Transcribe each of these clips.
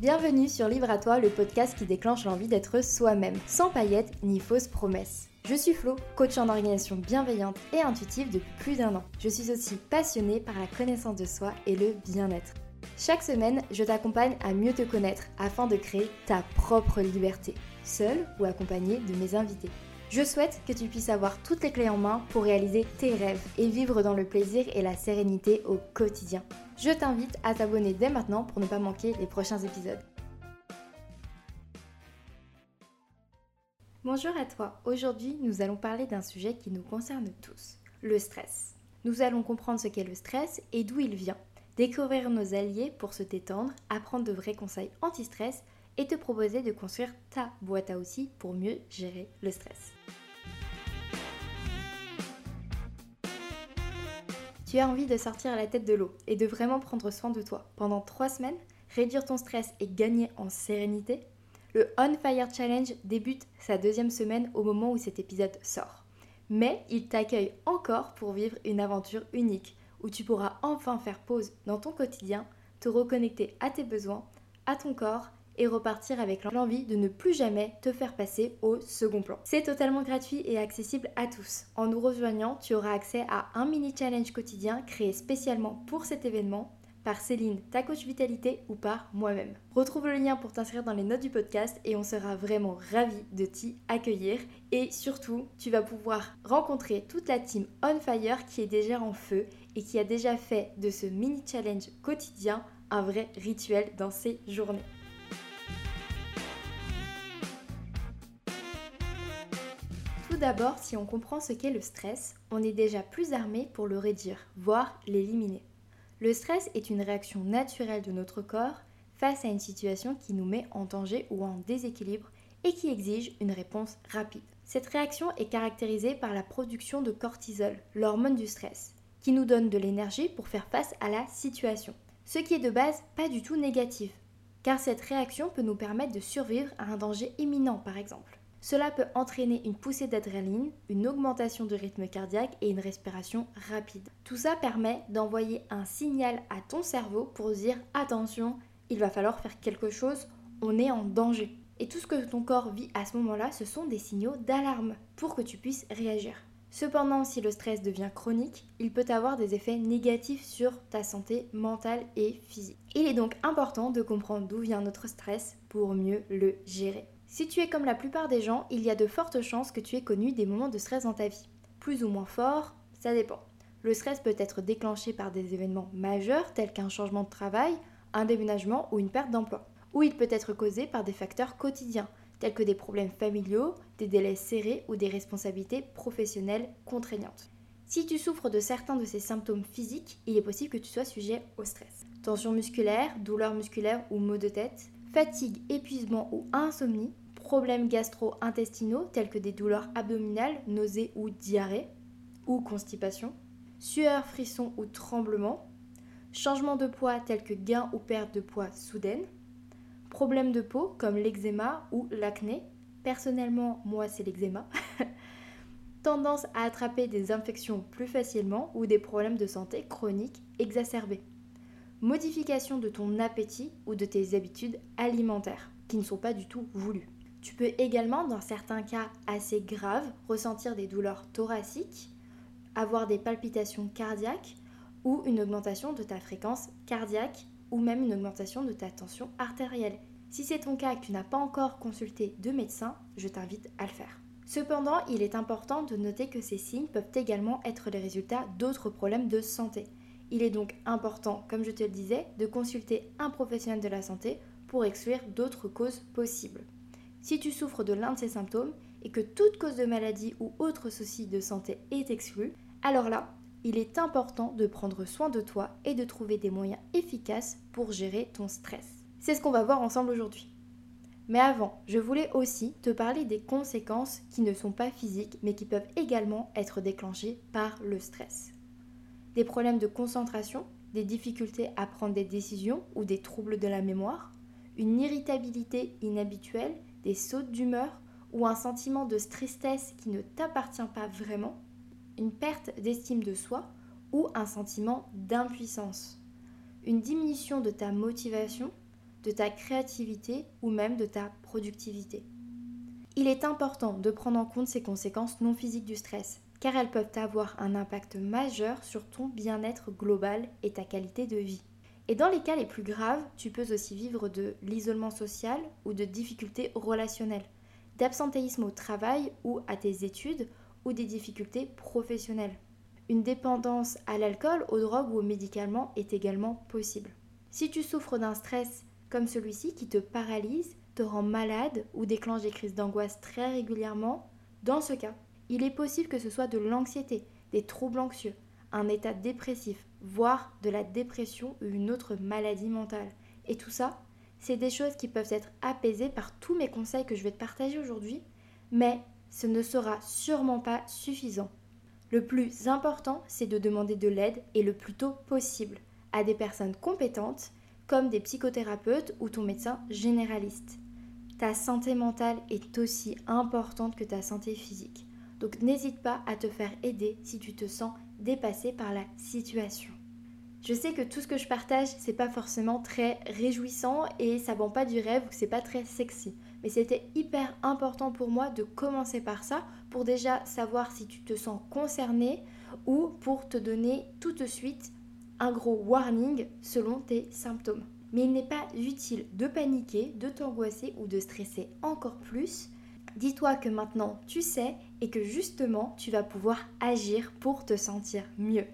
Bienvenue sur Livre à toi, le podcast qui déclenche l'envie d'être soi-même, sans paillettes ni fausses promesses. Je suis Flo, coach en organisation bienveillante et intuitive depuis plus d'1 an. Je suis aussi passionnée par la connaissance de soi et le bien-être. Chaque semaine, je t'accompagne à mieux te connaître afin de créer ta propre liberté, seule ou accompagnée de mes invités. Je souhaite que tu puisses avoir toutes les clés en main pour réaliser tes rêves et vivre dans le plaisir et la sérénité au quotidien. Je t'invite à t'abonner dès maintenant pour ne pas manquer les prochains épisodes. Bonjour à toi, aujourd'hui nous allons parler d'un sujet qui nous concerne tous, le stress. Nous allons comprendre ce qu'est le stress et d'où il vient, découvrir nos alliés pour se détendre, apprendre de vrais conseils anti-stress et te proposer de construire ta boîte à outils pour mieux gérer le stress. Tu as envie de sortir la tête de l'eau et de vraiment prendre soin de toi pendant 3 semaines, réduire ton stress et gagner en sérénité? Le On Fire Challenge débute sa 2e semaine au moment où cet épisode sort. Mais il t'accueille encore pour vivre une aventure unique où tu pourras enfin faire pause dans ton quotidien, te reconnecter à tes besoins, à ton corps et repartir avec l'envie de ne plus jamais te faire passer au second plan. C'est totalement gratuit et accessible à tous. En nous rejoignant, tu auras accès à un mini challenge quotidien créé spécialement pour cet événement par Céline, ta coach vitalité, ou par moi-même. Retrouve le lien pour t'inscrire dans les notes du podcast et on sera vraiment ravis de t'y accueillir. Et surtout, tu vas pouvoir rencontrer toute la team On Fire qui est déjà en feu et qui a déjà fait de ce mini challenge quotidien un vrai rituel dans ses journées. Tout d'abord, si on comprend ce qu'est le stress, on est déjà plus armé pour le réduire, voire l'éliminer. Le stress est une réaction naturelle de notre corps face à une situation qui nous met en danger ou en déséquilibre et qui exige une réponse rapide. Cette réaction est caractérisée par la production de cortisol, l'hormone du stress, qui nous donne de l'énergie pour faire face à la situation. Ce qui est de base pas du tout négatif, car cette réaction peut nous permettre de survivre à un danger imminent par exemple. Cela peut entraîner une poussée d'adrénaline, une augmentation du rythme cardiaque et une respiration rapide. Tout ça permet d'envoyer un signal à ton cerveau pour dire « Attention, il va falloir faire quelque chose, on est en danger ». Et tout ce que ton corps vit à ce moment-là, ce sont des signaux d'alarme pour que tu puisses réagir. Cependant, si le stress devient chronique, il peut avoir des effets négatifs sur ta santé mentale et physique. Il est donc important de comprendre d'où vient notre stress pour mieux le gérer. Si tu es comme la plupart des gens, il y a de fortes chances que tu aies connu des moments de stress dans ta vie. Plus ou moins forts, ça dépend. Le stress peut être déclenché par des événements majeurs tels qu'un changement de travail, un déménagement ou une perte d'emploi. Ou il peut être causé par des facteurs quotidiens tels que des problèmes familiaux, des délais serrés ou des responsabilités professionnelles contraignantes. Si tu souffres de certains de ces symptômes physiques, il est possible que tu sois sujet au stress. Tension musculaire, douleurs musculaires ou maux de tête, fatigue, épuisement ou insomnie, problèmes gastro-intestinaux tels que des douleurs abdominales, nausées ou diarrhée, ou constipation, sueur, frisson ou tremblement, changement de poids tels que gain ou perte de poids soudaine, problèmes de peau comme l'eczéma ou l'acné, personnellement moi c'est l'eczéma, tendance à attraper des infections plus facilement ou des problèmes de santé chroniques exacerbés, modification de ton appétit ou de tes habitudes alimentaires qui ne sont pas du tout voulues. Tu peux également, dans certains cas assez graves, ressentir des douleurs thoraciques, avoir des palpitations cardiaques ou une augmentation de ta fréquence cardiaque ou même une augmentation de ta tension artérielle. Si c'est ton cas et que tu n'as pas encore consulté de médecin, je t'invite à le faire. Cependant, il est important de noter que ces signes peuvent également être les résultats d'autres problèmes de santé. Il est donc important, comme je te le disais, de consulter un professionnel de la santé pour exclure d'autres causes possibles. Si tu souffres de l'un de ces symptômes et que toute cause de maladie ou autre souci de santé est exclue, alors là, il est important de prendre soin de toi et de trouver des moyens efficaces pour gérer ton stress. C'est ce qu'on va voir ensemble aujourd'hui. Mais avant, je voulais aussi te parler des conséquences qui ne sont pas physiques mais qui peuvent également être déclenchées par le stress. Des problèmes de concentration, des difficultés à prendre des décisions ou des troubles de la mémoire, une irritabilité inhabituelle, des sautes d'humeur ou un sentiment de tristesse qui ne t'appartient pas vraiment, une perte d'estime de soi ou un sentiment d'impuissance, une diminution de ta motivation, de ta créativité ou même de ta productivité. Il est important de prendre en compte ces conséquences non physiques du stress, car elles peuvent avoir un impact majeur sur ton bien-être global et ta qualité de vie. Et dans les cas les plus graves, tu peux aussi vivre de l'isolement social ou de difficultés relationnelles, d'absentéisme au travail ou à tes études ou des difficultés professionnelles. Une dépendance à l'alcool, aux drogues ou aux médicaments est également possible. Si tu souffres d'un stress comme celui-ci qui te paralyse, te rend malade ou déclenche des crises d'angoisse très régulièrement, dans ce cas, il est possible que ce soit de l'anxiété, des troubles anxieux, un état dépressif, voire de la dépression ou une autre maladie mentale. Et tout ça, c'est des choses qui peuvent être apaisées par tous mes conseils que je vais te partager aujourd'hui, mais ce ne sera sûrement pas suffisant. Le plus important, c'est de demander de l'aide et le plus tôt possible à des personnes compétentes comme des psychothérapeutes ou ton médecin généraliste. Ta santé mentale est aussi importante que ta santé physique. Donc n'hésite pas à te faire aider si tu te sens dépassé par la situation. Je sais que tout ce que je partage, c'est pas forcément très réjouissant et ça vend pas du rêve ou c'est pas très sexy. Mais c'était hyper important pour moi de commencer par ça pour déjà savoir si tu te sens concerné ou pour te donner tout de suite un gros warning selon tes symptômes. Mais il n'est pas utile de paniquer, de t'angoisser ou de stresser encore plus. Dis-toi que maintenant tu sais et que justement tu vas pouvoir agir pour te sentir mieux.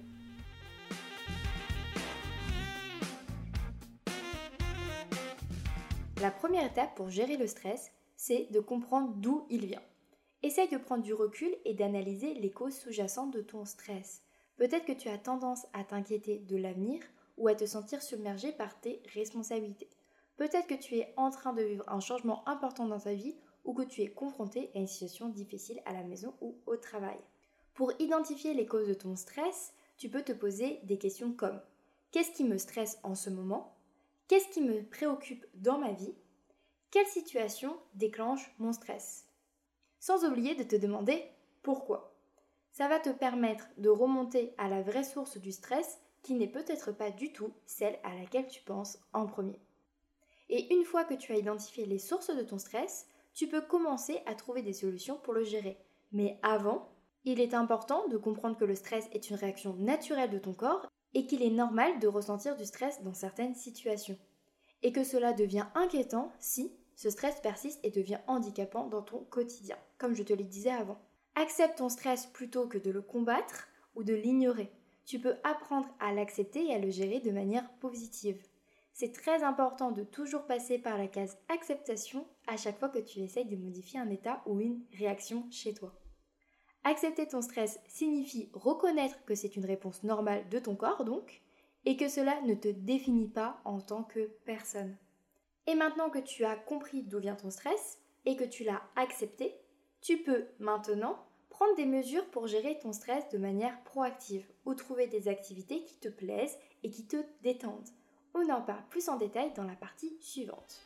La première étape pour gérer le stress, c'est de comprendre d'où il vient. Essaye de prendre du recul et d'analyser les causes sous-jacentes de ton stress. Peut-être que tu as tendance à t'inquiéter de l'avenir ou à te sentir submergé par tes responsabilités. Peut-être que tu es en train de vivre un changement important dans ta vie ou que tu es confronté à une situation difficile à la maison ou au travail. Pour identifier les causes de ton stress, tu peux te poser des questions comme: qu'est-ce qui me stresse en ce moment ? Qu'est-ce qui me préoccupe dans ma vie ? Quelle situation déclenche mon stress ? Sans oublier de te demander pourquoi. Ça va te permettre de remonter à la vraie source du stress qui n'est peut-être pas du tout celle à laquelle tu penses en premier. Et une fois que tu as identifié les sources de ton stress, tu peux commencer à trouver des solutions pour le gérer. Mais avant, il est important de comprendre que le stress est une réaction naturelle de ton corps et qu'il est normal de ressentir du stress dans certaines situations. Et que cela devient inquiétant si ce stress persiste et devient handicapant dans ton quotidien, comme je te le disais avant. Accepte ton stress plutôt que de le combattre ou de l'ignorer. Tu peux apprendre à l'accepter et à le gérer de manière positive. C'est très important de toujours passer par la case acceptation à chaque fois que tu essayes de modifier un état ou une réaction chez toi. Accepter ton stress signifie reconnaître que c'est une réponse normale de ton corps donc, et que cela ne te définit pas en tant que personne. Et maintenant que tu as compris d'où vient ton stress et que tu l'as accepté, tu peux maintenant prendre des mesures pour gérer ton stress de manière proactive ou trouver des activités qui te plaisent et qui te détendent. On en parle plus en détail dans la partie suivante.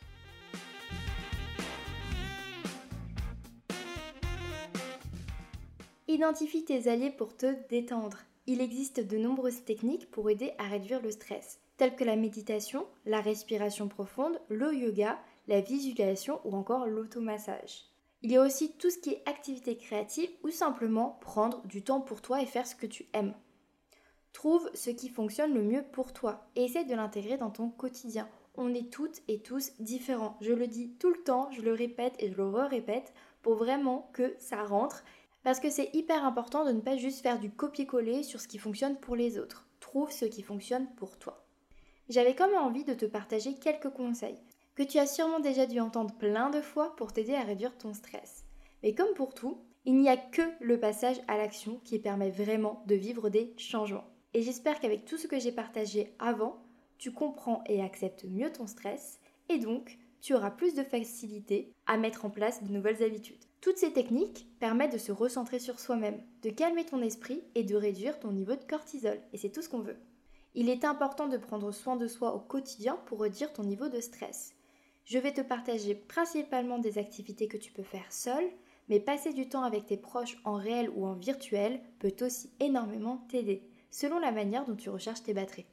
Identifie tes alliés pour te détendre. Il existe de nombreuses techniques pour aider à réduire le stress, telles que la méditation, la respiration profonde, le yoga, la visualisation ou encore l'automassage. Il y a aussi tout ce qui est activité créative ou simplement prendre du temps pour toi et faire ce que tu aimes. Trouve ce qui fonctionne le mieux pour toi et essaie de l'intégrer dans ton quotidien. On est toutes et tous différents. Je le dis tout le temps, je le répète et je le répète pour vraiment que ça rentre. Parce que c'est hyper important de ne pas juste faire du copier-coller sur ce qui fonctionne pour les autres. Trouve ce qui fonctionne pour toi. J'avais quand même envie de te partager quelques conseils que tu as sûrement déjà dû entendre plein de fois pour t'aider à réduire ton stress. Mais comme pour tout, il n'y a que le passage à l'action qui permet vraiment de vivre des changements. Et j'espère qu'avec tout ce que j'ai partagé avant, tu comprends et acceptes mieux ton stress et donc tu auras plus de facilité à mettre en place de nouvelles habitudes. Toutes ces techniques permettent de se recentrer sur soi-même, de calmer ton esprit et de réduire ton niveau de cortisol. Et c'est tout ce qu'on veut. Il est important de prendre soin de soi au quotidien pour réduire ton niveau de stress. Je vais te partager principalement des activités que tu peux faire seul, mais passer du temps avec tes proches en réel ou en virtuel peut aussi énormément t'aider, selon la manière dont tu recharges tes batteries.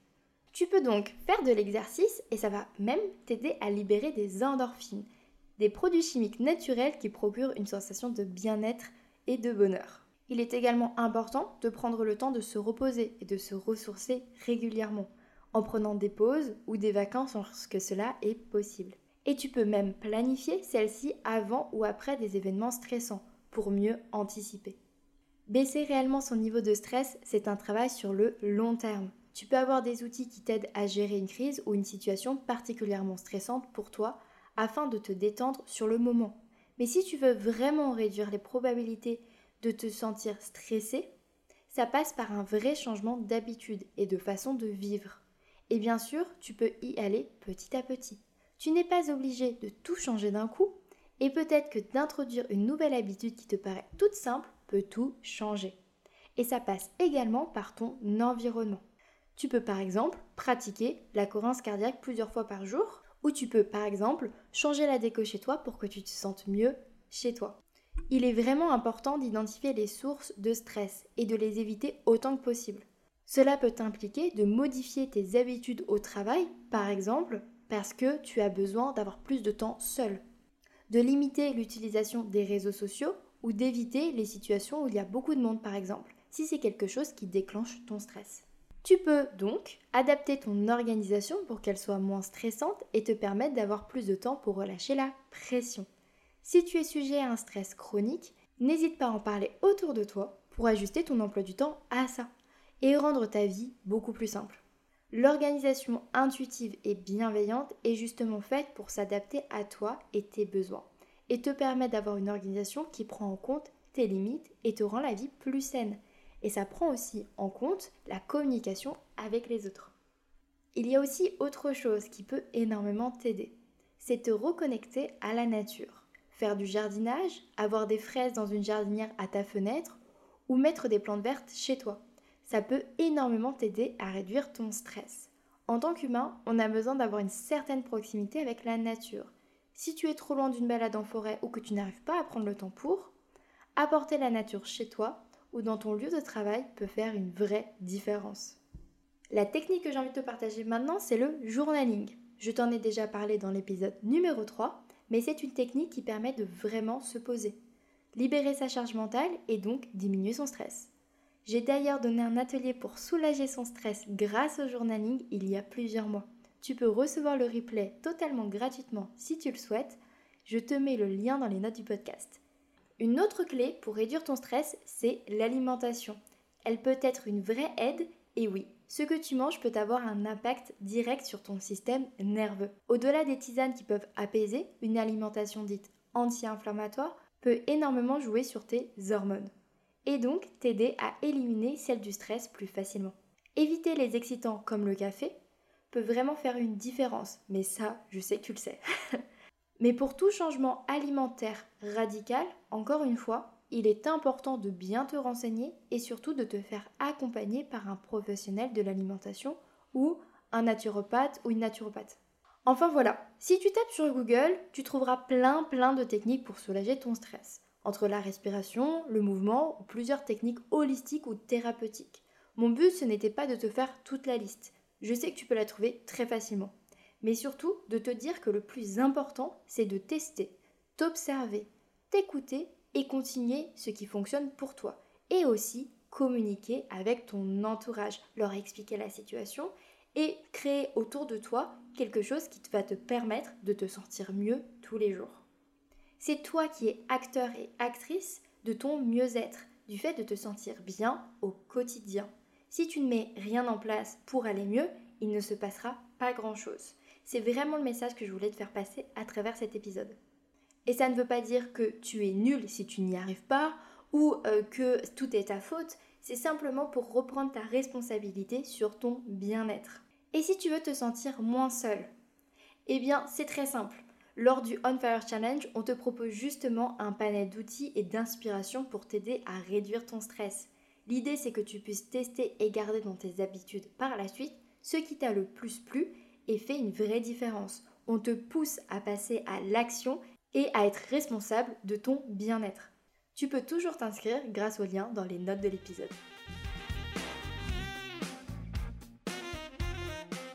Tu peux donc faire de l'exercice et ça va même t'aider à libérer des endorphines, des produits chimiques naturels qui procurent une sensation de bien-être et de bonheur. Il est également important de prendre le temps de se reposer et de se ressourcer régulièrement, en prenant des pauses ou des vacances lorsque cela est possible. Et tu peux même planifier celles-ci avant ou après des événements stressants pour mieux anticiper. Baisser réellement son niveau de stress, c'est un travail sur le long terme. Tu peux avoir des outils qui t'aident à gérer une crise ou une situation particulièrement stressante pour toi afin de te détendre sur le moment. Mais si tu veux vraiment réduire les probabilités de te sentir stressé, ça passe par un vrai changement d'habitude et de façon de vivre. Et bien sûr, tu peux y aller petit à petit. Tu n'es pas obligé de tout changer d'un coup et peut-être que d'introduire une nouvelle habitude qui te paraît toute simple peut tout changer. Et ça passe également par ton environnement. Tu peux par exemple pratiquer la cohérence cardiaque plusieurs fois par jour ou tu peux par exemple changer la déco chez toi pour que tu te sentes mieux chez toi. Il est vraiment important d'identifier les sources de stress et de les éviter autant que possible. Cela peut impliquer de modifier tes habitudes au travail, par exemple, parce que tu as besoin d'avoir plus de temps seul, de limiter l'utilisation des réseaux sociaux ou d'éviter les situations où il y a beaucoup de monde par exemple, si c'est quelque chose qui déclenche ton stress. Tu peux donc adapter ton organisation pour qu'elle soit moins stressante et te permettre d'avoir plus de temps pour relâcher la pression. Si tu es sujet à un stress chronique, n'hésite pas à en parler autour de toi pour ajuster ton emploi du temps à ça et rendre ta vie beaucoup plus simple. L'organisation intuitive et bienveillante est justement faite pour s'adapter à toi et tes besoins et te permet d'avoir une organisation qui prend en compte tes limites et te rend la vie plus saine. Et ça prend aussi en compte la communication avec les autres. Il y a aussi autre chose qui peut énormément t'aider. C'est te reconnecter à la nature. Faire du jardinage, avoir des fraises dans une jardinière à ta fenêtre ou mettre des plantes vertes chez toi. Ça peut énormément t'aider à réduire ton stress. En tant qu'humain, on a besoin d'avoir une certaine proximité avec la nature. Si tu es trop loin d'une balade en forêt ou que tu n'arrives pas à prendre le temps pour, apporter la nature chez toi ou dans ton lieu de travail peut faire une vraie différence. La technique que j'ai envie de te partager maintenant, c'est le journaling. Je t'en ai déjà parlé dans l'épisode numéro 3, mais c'est une technique qui permet de vraiment se poser, libérer sa charge mentale et donc diminuer son stress. J'ai d'ailleurs donné un atelier pour soulager son stress grâce au journaling il y a plusieurs mois. Tu peux recevoir le replay totalement gratuitement si tu le souhaites. Je te mets le lien dans les notes du podcast. Une autre clé pour réduire ton stress, c'est l'alimentation. Elle peut être une vraie aide et oui, ce que tu manges peut avoir un impact direct sur ton système nerveux. Au-delà des tisanes qui peuvent apaiser, une alimentation dite anti-inflammatoire peut énormément jouer sur tes hormones et donc t'aider à éliminer celles du stress plus facilement. Éviter les excitants comme le café peut vraiment faire une différence, mais ça, je sais que tu le sais. Mais pour tout changement alimentaire radical, encore une fois, il est important de bien te renseigner et surtout de te faire accompagner par un professionnel de l'alimentation ou un naturopathe ou une naturopathe. Enfin voilà, si tu tapes sur Google, tu trouveras plein de techniques pour soulager ton stress. Entre la respiration, le mouvement ou plusieurs techniques holistiques ou thérapeutiques. Mon but, ce n'était pas de te faire toute la liste. Je sais que tu peux la trouver très facilement. Mais surtout, de te dire que le plus important, c'est de tester, t'observer, t'écouter et continuer ce qui fonctionne pour toi. Et aussi communiquer avec ton entourage, leur expliquer la situation et créer autour de toi quelque chose qui va te permettre de te sentir mieux tous les jours. C'est toi qui es acteur et actrice de ton mieux-être, du fait de te sentir bien au quotidien. Si tu ne mets rien en place pour aller mieux, il ne se passera pas grand-chose. C'est vraiment le message que je voulais te faire passer à travers cet épisode. Et ça ne veut pas dire que tu es nul si tu n'y arrives pas ou que tout est ta faute, c'est simplement pour reprendre ta responsabilité sur ton bien-être. Et si tu veux te sentir moins seul, eh bien c'est très simple. Lors du On Fire Challenge, on te propose justement un panel d'outils et d'inspiration pour t'aider à réduire ton stress. L'idée, c'est que tu puisses tester et garder dans tes habitudes par la suite ce qui t'a le plus plu et fait une vraie différence. On te pousse à passer à l'action et à être responsable de ton bien-être. Tu peux toujours t'inscrire grâce au lien dans les notes de l'épisode.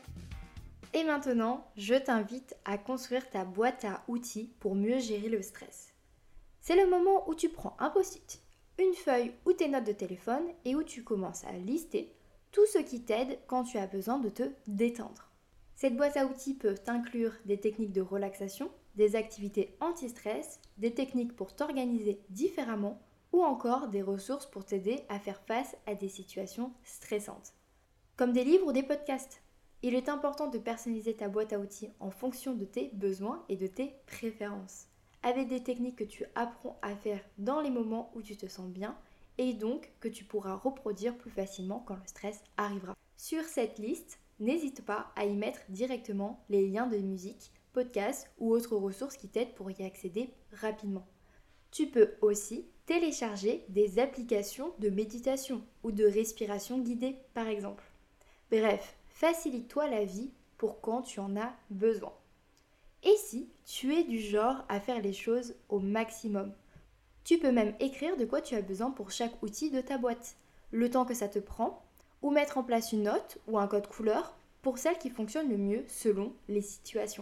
Et maintenant, je t'invite à construire ta boîte à outils pour mieux gérer le stress. C'est le moment où tu prends un post-it, une feuille ou tes notes de téléphone et où tu commences à lister tout ce qui t'aide quand tu as besoin de te détendre. Cette boîte à outils peut inclure des techniques de relaxation, des activités anti-stress, des techniques pour t'organiser différemment ou encore des ressources pour t'aider à faire face à des situations stressantes. Comme des livres ou des podcasts. Il est important de personnaliser ta boîte à outils en fonction de tes besoins et de tes préférences, avec des techniques que tu apprends à faire dans les moments où tu te sens bien et donc que tu pourras reproduire plus facilement quand le stress arrivera. Sur cette liste, n'hésite pas à y mettre directement les liens de musique, podcasts ou autres ressources qui t'aident pour y accéder rapidement. Tu peux aussi télécharger des applications de méditation ou de respiration guidée par exemple. Bref, facilite-toi la vie pour quand tu en as besoin. Et si tu es du genre à faire les choses au maximum, tu peux même écrire de quoi tu as besoin pour chaque outil de ta boîte, le temps que ça te prend, ou mettre en place une note ou un code couleur pour celle qui fonctionne le mieux selon les situations.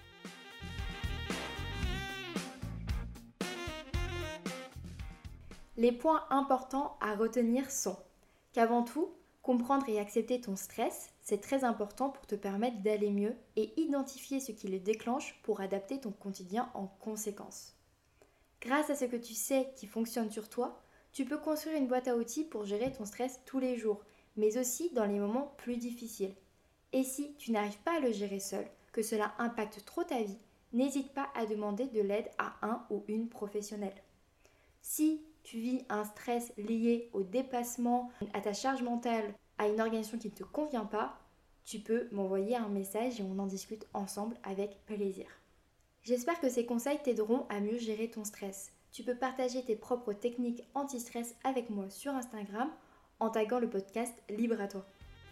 Les points importants à retenir sont qu'avant tout, comprendre et accepter ton stress, c'est très important pour te permettre d'aller mieux et identifier ce qui le déclenche pour adapter ton quotidien en conséquence. Grâce à ce que tu sais qui fonctionne sur toi, tu peux construire une boîte à outils pour gérer ton stress tous les jours, mais aussi dans les moments plus difficiles. Et si tu n'arrives pas à le gérer seul, que cela impacte trop ta vie, n'hésite pas à demander de l'aide à un ou une professionnelle. Si tu vis un stress lié au dépassement, à ta charge mentale, à une organisation qui ne te convient pas, tu peux m'envoyer un message et on en discute ensemble avec plaisir. J'espère que ces conseils t'aideront à mieux gérer ton stress. Tu peux partager tes propres techniques anti-stress avec moi sur Instagram en taguant le podcast Libre à toi.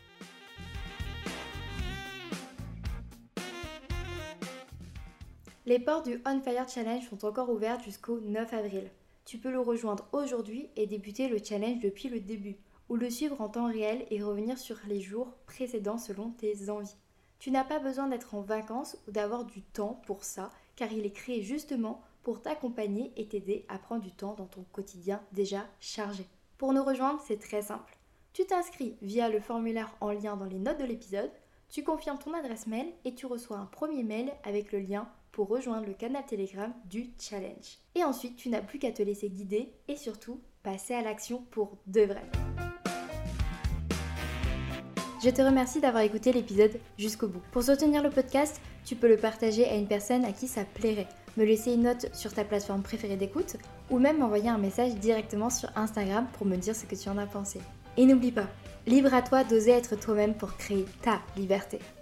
Les portes du On Fire Challenge sont encore ouvertes jusqu'au 9 avril. Tu peux le rejoindre aujourd'hui et débuter le challenge depuis le début, ou le suivre en temps réel et revenir sur les jours précédents selon tes envies. Tu n'as pas besoin d'être en vacances ou d'avoir du temps pour ça, car il est créé justement pour t'accompagner et t'aider à prendre du temps dans ton quotidien déjà chargé. Pour nous rejoindre, c'est très simple. Tu t'inscris via le formulaire en lien dans les notes de l'épisode, tu confirmes ton adresse mail et tu reçois un premier mail avec le lien pour rejoindre le canal Telegram du challenge. Et ensuite, tu n'as plus qu'à te laisser guider et surtout passer à l'action pour de vrai. Je te remercie d'avoir écouté l'épisode jusqu'au bout. Pour soutenir le podcast, tu peux le partager à une personne à qui ça plairait, me laisser une note sur ta plateforme préférée d'écoute ou même m'envoyer un message directement sur Instagram pour me dire ce que tu en as pensé. Et n'oublie pas, libre à toi d'oser être toi-même pour créer ta liberté.